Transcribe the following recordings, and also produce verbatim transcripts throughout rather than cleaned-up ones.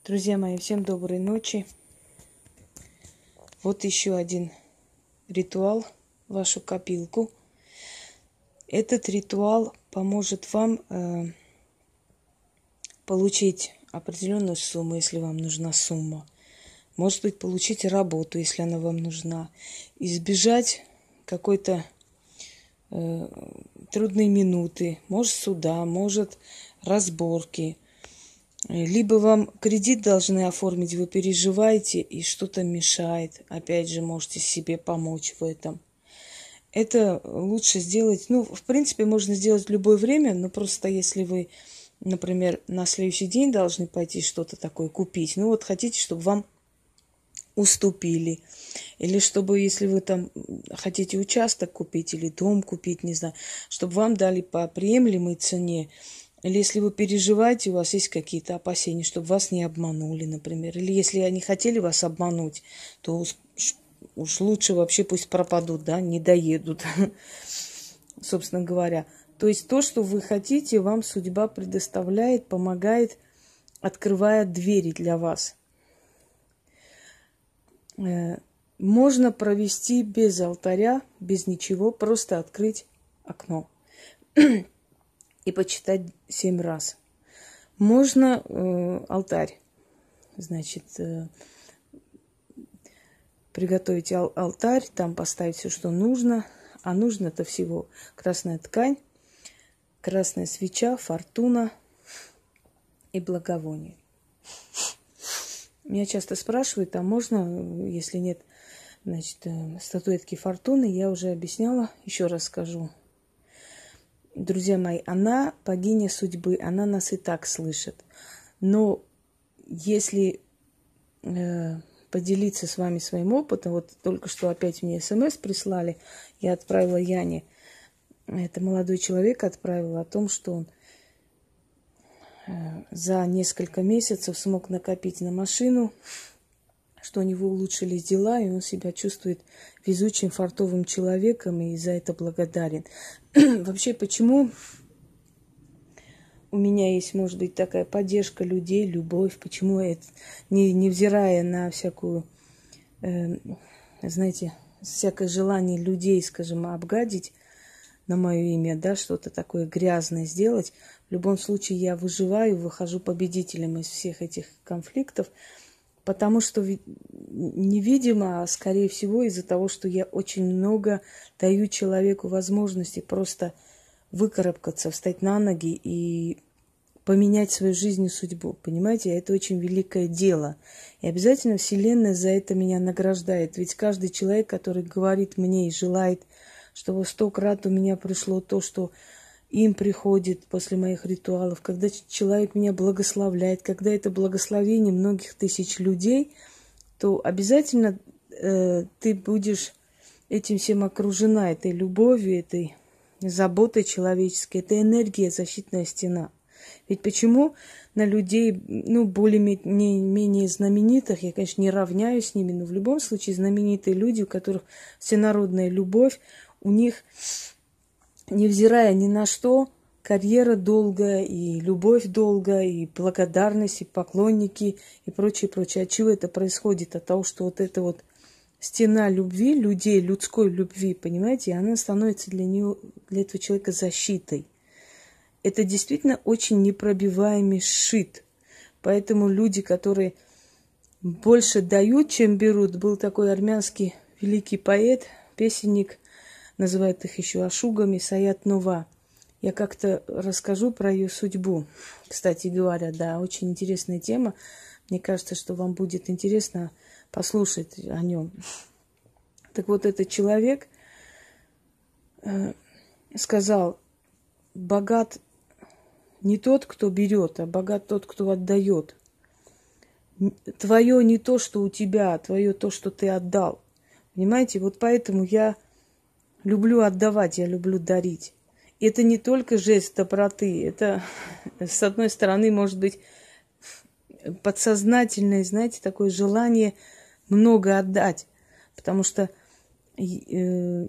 Друзья мои, всем доброй ночи. Вот еще один ритуал в вашу копилку. Этот ритуал поможет вам э, получить определенную сумму, если вам нужна сумма. Может быть, получить работу, если она вам нужна. Избежать какой-то э, трудной минуты. Может, суда, может, разборки. Либо вам кредит должны оформить, вы переживаете, и что-то мешает. Опять же, можете себе помочь в этом. Это лучше сделать, ну, в принципе, можно сделать в любое время, но просто если вы, например, на следующий день должны пойти что-то такое купить, ну, вот хотите, чтобы вам уступили, или чтобы, если вы там хотите участок купить или дом купить, не знаю, чтобы вам дали по приемлемой цене. Или если вы переживаете, у вас есть какие-то опасения, чтобы вас не обманули, например. Или если они хотели вас обмануть, то уж, уж лучше вообще пусть пропадут, да, не доедут, собственно говоря. То есть то, что вы хотите, вам судьба предоставляет, помогает, открывая двери для вас. Можно провести без алтаря, без ничего, просто открыть окно и почитать семь раз. Можно э, алтарь, значит, э, приготовить ал- алтарь, там поставить все, что нужно. А нужно это всего красная ткань, красная свеча, фортуна и благовоние. Меня часто спрашивают, а можно, если нет, значит, э, статуэтки фортуны, я уже объясняла, еще раз скажу. Друзья мои, она богиня судьбы, она нас и так слышит. Но если э, поделиться с вами своим опытом, вот только что опять мне смс прислали, я отправила Яне, это молодой человек отправил о том, что он э, за несколько месяцев смог накопить на машину, что у него улучшились дела, и он себя чувствует везучим, фартовым человеком, и за это благодарен. Вообще, почему у меня есть, может быть, такая поддержка людей, любовь, почему это, не, невзирая на всякую, э, знаете, всякое желание людей, скажем, обгадить на мое имя, да, что-то такое грязное сделать, в любом случае я выживаю, выхожу победителем из всех этих конфликтов, потому что невидимо, а скорее всего из-за того, что я очень много даю человеку возможности просто выкарабкаться, встать на ноги и поменять свою жизнь и судьбу. Понимаете, это очень великое дело. И обязательно Вселенная за это меня награждает. Ведь каждый человек, который говорит мне и желает, чтобы сто крат у меня пришло то, что им приходит после моих ритуалов, когда человек меня благословляет, когда это благословение многих тысяч людей, то обязательно э, ты будешь этим всем окружена, этой любовью, этой заботой человеческой, это энергия, защитная стена. Ведь почему на людей, ну, более-менее знаменитых, я, конечно, не равняюсь с ними, но в любом случае знаменитые люди, у которых всенародная любовь, у них, невзирая ни на что, карьера долгая, и любовь долгая, и благодарность, и поклонники, и прочее, прочее. От чего это происходит? От того, что вот эта вот стена любви, людей, людской любви, понимаете, она становится для нее, для этого человека защитой. Это действительно очень непробиваемый щит. Поэтому люди, которые больше дают, чем берут, был такой армянский великий поэт, песенник, называют их еще ашугами, Саят Нова. Я как-то расскажу про ее судьбу. Кстати говоря, да, очень интересная тема. Мне кажется, что вам будет интересно послушать о нем. Так вот, этот человек э, сказал, богат не тот, кто берет, а богат тот, кто отдает. Твое не то, что у тебя, а твое то, что ты отдал. Понимаете, вот поэтому я люблю отдавать, я люблю дарить. И это не только жест доброты, это, с одной стороны, может быть, подсознательное, знаете, такое желание много отдать. Потому что, э,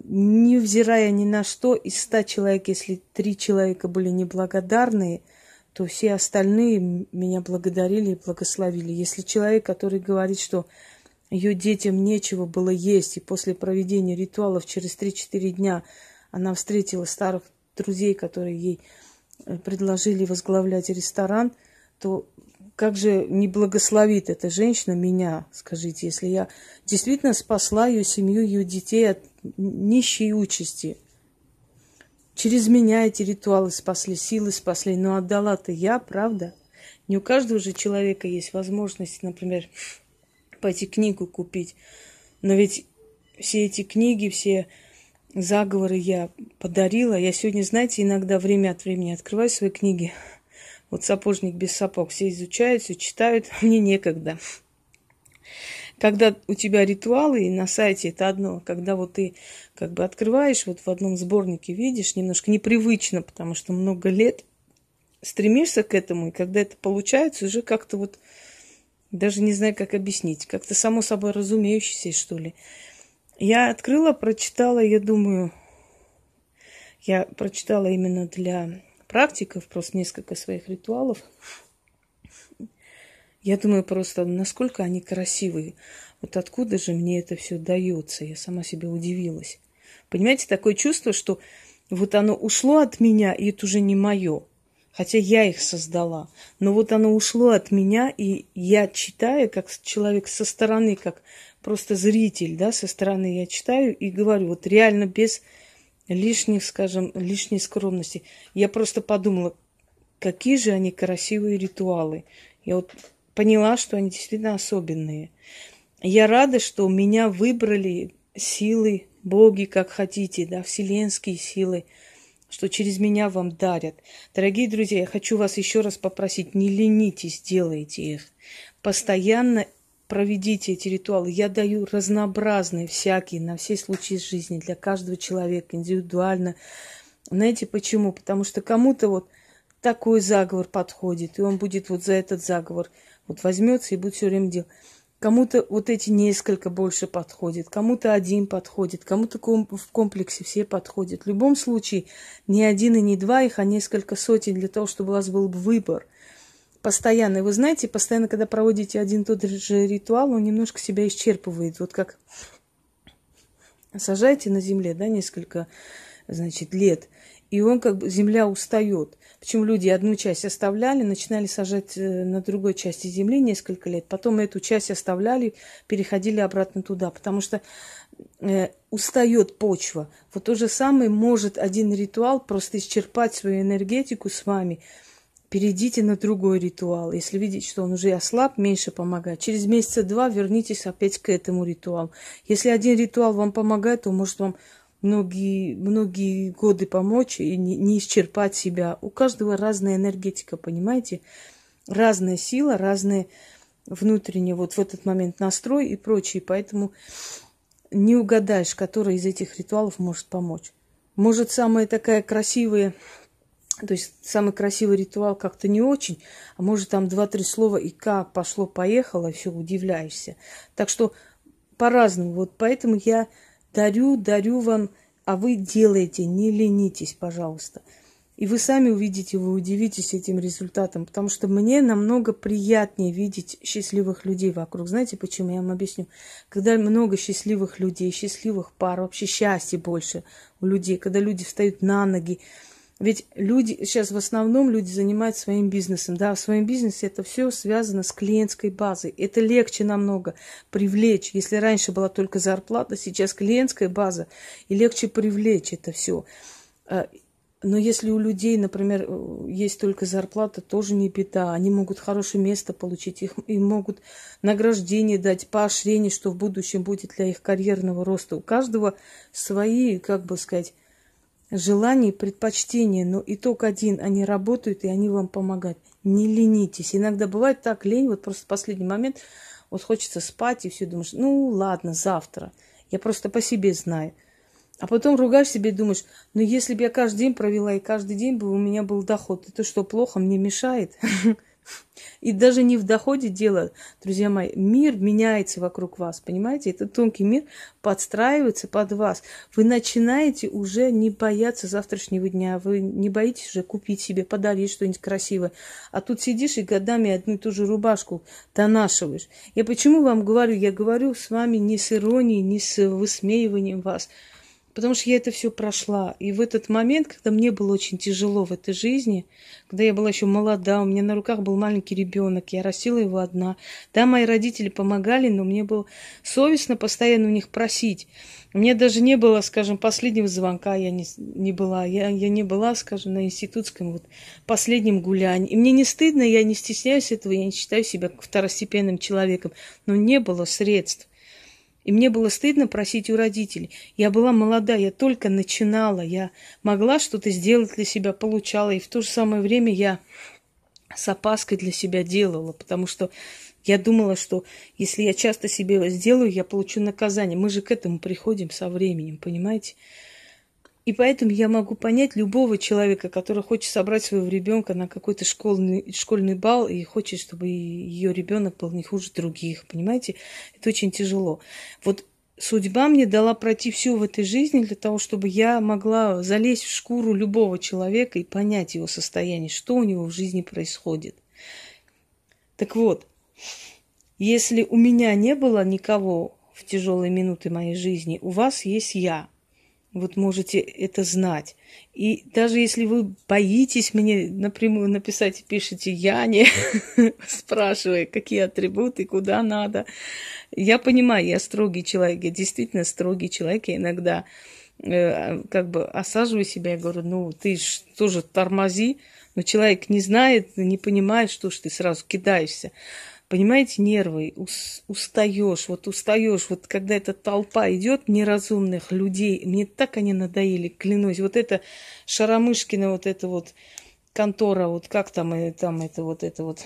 невзирая ни на что, из ста человек, если три человека были неблагодарные, то все остальные меня благодарили и благословили. Если человек, который говорит, что ее детям нечего было есть, и после проведения ритуалов через три-четыре дня она встретила старых друзей, которые ей предложили возглавлять ресторан, то как же не благословит эта женщина меня, скажите, если я действительно спасла ее семью, ее детей от нищей участи. Через меня эти ритуалы спасли, силы спасли, но отдала-то я, правда? Не у каждого же человека есть возможность, например, пойти книгу купить. Но ведь все эти книги, все заговоры я подарила. Я сегодня, знаете, иногда время от времени открываю свои книги. Вот «Сапожник без сапог». Все изучают, все читают, а мне некогда. Когда у тебя ритуалы, и на сайте это одно, когда вот ты как бы открываешь, вот в одном сборнике видишь, немножко непривычно, потому что много лет стремишься к этому, и когда это получается, уже как-то вот, даже не знаю, как объяснить, как-то само собой разумеющееся, что ли. Я открыла, прочитала, я думаю, я прочитала именно для практиков, просто несколько своих ритуалов. Я думаю просто, насколько они красивые. Вот откуда же мне это все дается? Я сама себе удивилась. Понимаете, такое чувство, что вот оно ушло от меня, и это уже не мое. Хотя я их создала. Но вот оно ушло от меня, и я читаю, как человек со стороны, как просто зритель, да, со стороны я читаю и говорю, вот реально без лишних, скажем, лишней скромности. Я просто подумала, какие же они красивые ритуалы. Я вот поняла, что они действительно особенные. Я рада, что меня выбрали силы, боги, как хотите, да, вселенские силы, что через меня вам дарят. Дорогие друзья, я хочу вас еще раз попросить, не ленитесь, делайте их. Постоянно проведите эти ритуалы. Я даю разнообразные, всякие, на все случаи жизни, для каждого человека, индивидуально. Знаете почему? Потому что кому-то вот такой заговор подходит, и он будет вот за этот заговор вот возьмется и будет все время делать. Кому-то вот эти несколько больше подходит, кому-то один подходит, кому-то в комплексе все подходят. В любом случае не один и не два их, а несколько сотен для того, чтобы у вас был выбор. Постоянно. И вы знаете, постоянно, когда проводите один и тот же ритуал, он немножко себя исчерпывает. Вот как сажаете на земле, да, несколько, значит, лет, и он как бы, земля устает. Почему люди одну часть оставляли, начинали сажать на другой части земли несколько лет, потом эту часть оставляли, переходили обратно туда, потому что э, устает почва. Вот то же самое может один ритуал просто исчерпать свою энергетику с вами. Перейдите на другой ритуал. Если видите, что он уже ослаб, меньше помогает. Через месяца два вернитесь опять к этому ритуалу. Если один ритуал вам помогает, то может вам многие, многие годы помочь и не, не исчерпать себя. У каждого разная энергетика, понимаете? Разная сила, разная внутренняя вот в этот момент настрой и прочее. Поэтому не угадаешь, который из этих ритуалов может помочь. Может, самая такая красивая... То есть самый красивый ритуал как-то не очень, а может там два-три слова и как пошло-поехало, все, удивляешься. Так что по-разному. Вот поэтому я дарю, дарю вам, а вы делаете, не ленитесь, пожалуйста. И вы сами увидите, вы удивитесь этим результатом, потому что мне намного приятнее видеть счастливых людей вокруг. Знаете почему? Я вам объясню. Когда много счастливых людей, счастливых пар, вообще счастья больше у людей, когда люди встают на ноги. Ведь люди, сейчас в основном люди занимаются своим бизнесом. Да, в своем бизнесе это все связано с клиентской базой. Это легче намного привлечь. Если раньше была только зарплата, сейчас клиентская база. И легче привлечь это все. Но если у людей, например, есть только зарплата, тоже не беда. Они могут хорошее место получить. Их, им могут награждение дать, поощрение, что в будущем будет для их карьерного роста. У каждого свои, как бы сказать, желания, предпочтения, но итог один. Они работают, и они вам помогают. Не ленитесь. Иногда бывает так лень, вот просто в последний момент вот хочется спать, и все думаешь, ну ладно, завтра. Я просто по себе знаю. А потом ругаешь себе и думаешь, ну если бы я каждый день провела, и каждый день бы у меня был доход, это что, плохо, мне мешает? И даже не в доходе дело, друзья мои. Мир меняется вокруг вас, понимаете? Этот тонкий мир подстраивается под вас. Вы начинаете уже не бояться завтрашнего дня. Вы не боитесь уже купить себе, подарить что-нибудь красивое. А тут сидишь и годами одну и ту же рубашку донашиваешь. Я почему вам говорю? Я говорю с вами не с иронией, не с высмеиванием вас. Потому что я это все прошла. И в этот момент, когда мне было очень тяжело в этой жизни, когда я была еще молода, у меня на руках был маленький ребенок, я растила его одна. Да, мои родители помогали, но мне было совестно постоянно у них просить. У меня даже не было, скажем, последнего звонка, я не, не была. Я, я не была, скажем, на институтском вот, последнем гулянии. И мне не стыдно, я не стесняюсь этого, я не считаю себя второстепенным человеком. Но не было средств. И мне было стыдно просить у родителей. Я была молода, я только начинала, я могла что-то сделать для себя, получала. И в то же самое время я с опаской для себя делала, потому что я думала, что если я часто себе сделаю, я получу наказание. Мы же к этому приходим со временем, понимаете? И поэтому я могу понять любого человека, который хочет собрать своего ребенка на какой-то школьный, школьный бал и хочет, чтобы ее ребенок был не хуже других. Понимаете? Это очень тяжело. Вот судьба мне дала пройти все в этой жизни для того, чтобы я могла залезть в шкуру любого человека и понять его состояние, что у него в жизни происходит. Так вот, если у меня не было никого в тяжелые минуты моей жизни, у вас есть я. Вот можете это знать. И даже если вы боитесь мне напрямую написать и пишите «я не», спрашивая, какие атрибуты, куда надо. Я понимаю, я строгий человек, я действительно строгий человек. Я иногда э, как бы осаживаю себя и говорю, ну ты ж тоже тормози. Но человек не знает, не понимает, что ж ты сразу кидаешься. Понимаете, нервы, устаешь, вот устаешь, вот когда эта толпа идет неразумных людей, мне так они надоели, клянусь, вот это Шарамышкина, вот эта вот контора, вот как там, там это вот, это вот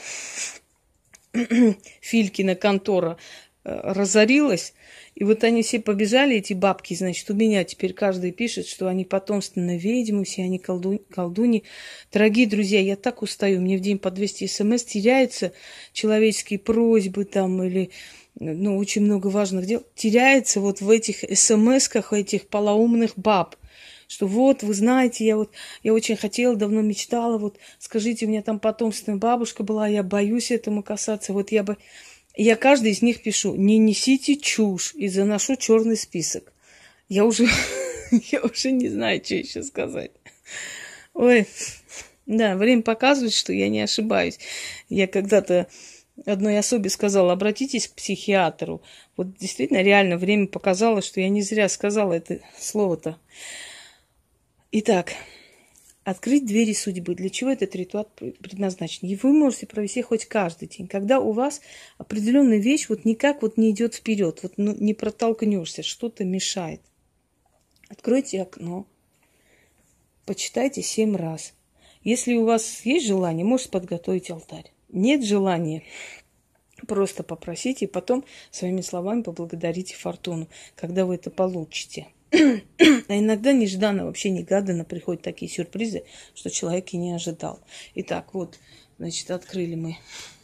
Филькина контора разорилась, и вот они все побежали, эти бабки, значит, у меня теперь каждый пишет, что они потомственные ведьмы, все они колду... колдуни. Дорогие друзья, я так устаю, мне в день по двести смс теряются человеческие просьбы там или, ну, очень много важных дел, теряется вот в этих смс-ках этих полоумных баб. Что вот, вы знаете, я вот, я очень хотела, давно мечтала, вот, скажите, у меня там потомственная бабушка была, я боюсь этому касаться, вот я бы... Я каждый из них пишу, не несите чушь, и заношу черный список. Я уже, я уже не знаю, что еще сказать. Ой, да, время показывает, что я не ошибаюсь. Я когда-то одной особе сказала, обратитесь к психиатру. Вот действительно, реально, время показало, что я не зря сказала это слово-то. Итак, открыть двери судьбы. Для чего этот ритуал предназначен? И вы можете провести хоть каждый день. Когда у вас определенная вещь вот никак вот не идет вперед, вот ну, не протолкнешься, что-то мешает. Откройте окно, почитайте семь раз. Если у вас есть желание, можете подготовить алтарь. Нет желания, просто попросите, и потом своими словами поблагодарите фортуну, когда вы это получите. А иногда нежданно, вообще негаданно приходят такие сюрпризы, что человек и не ожидал. Итак, вот, значит, открыли мы.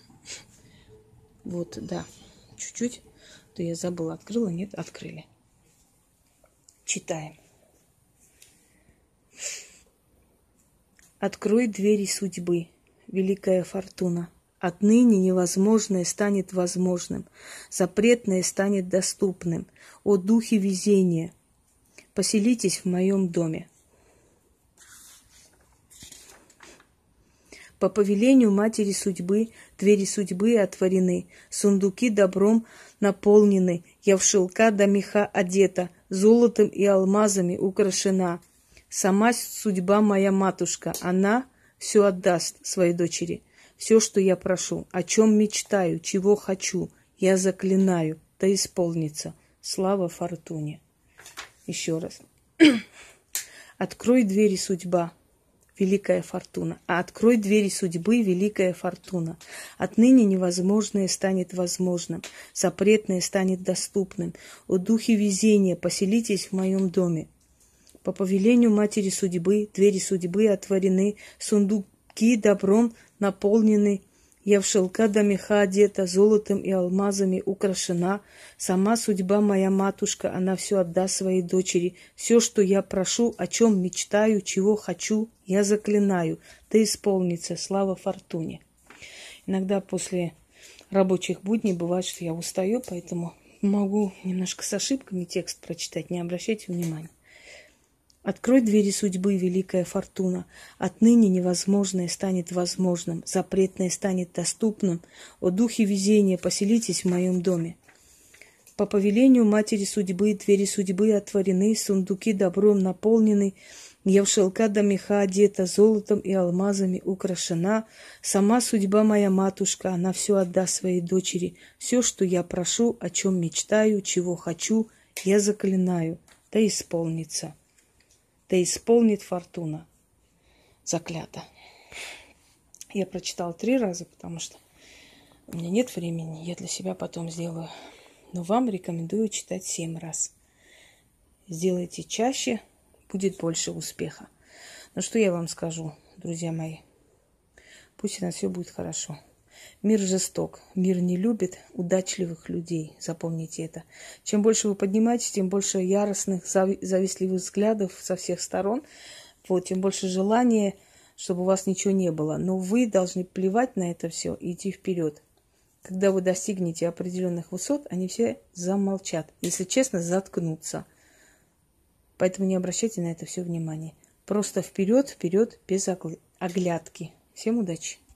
Вот, да, чуть-чуть. То я забыла, открыла, нет, открыли. Читаем. Открой двери судьбы, великая фортуна. Отныне невозможное станет возможным, запретное станет доступным. О духе везения! Поселитесь в моем доме. По повелению матери судьбы двери судьбы отворены, сундуки добром наполнены, я в шелка до меха одета, золотом и алмазами украшена. Сама судьба моя матушка, она все отдаст своей дочери. Все, что я прошу, о чем мечтаю, чего хочу, я заклинаю, да исполнится. Слава фортуне. Еще раз. Открой двери судьба, великая фортуна. А открой двери судьбы, великая фортуна. Отныне невозможное станет возможным, запретное станет доступным. О духе везения, поселитесь в моем доме. По повелению матери судьбы, двери судьбы отворены, сундуки добром наполнены, Я в шелка да меха одета, золотом и алмазами украшена. Сама судьба моя матушка, она все отдаст своей дочери. Все, что я прошу, о чем мечтаю, чего хочу, я заклинаю. Да исполнится, слава фортуне. Иногда после рабочих будней бывает, что я устаю, поэтому могу немножко с ошибками текст прочитать, не обращайте внимания. Открой двери судьбы, великая фортуна. Отныне невозможное станет возможным, запретное станет доступным. О духе везения, поселитесь в моем доме. По повелению матери судьбы двери судьбы отворены, сундуки добром наполнены. Я в шелка да меха одета, золотом и алмазами украшена. Сама судьба моя матушка, она все отдаст своей дочери. Все, что я прошу, о чем мечтаю, чего хочу, я заклинаю, да исполнится. Да исполнит фортуна. Заклято. Я прочитала три раза, потому что у меня нет времени, я для себя потом сделаю. Но вам рекомендую читать семь раз. Сделайте чаще, будет больше успеха. Но что я вам скажу, друзья мои? Пусть у нас все будет хорошо. Мир жесток, мир не любит удачливых людей, запомните это. Чем больше вы поднимаетесь, тем больше яростных, завистливых взглядов со всех сторон, вот, тем больше желания, чтобы у вас ничего не было. Но вы должны плевать на это все и идти вперед. Когда вы достигнете определенных высот, они все замолчат, если честно, заткнутся. Поэтому не обращайте на это все внимание. Просто вперед, вперед, без оглядки. Всем удачи!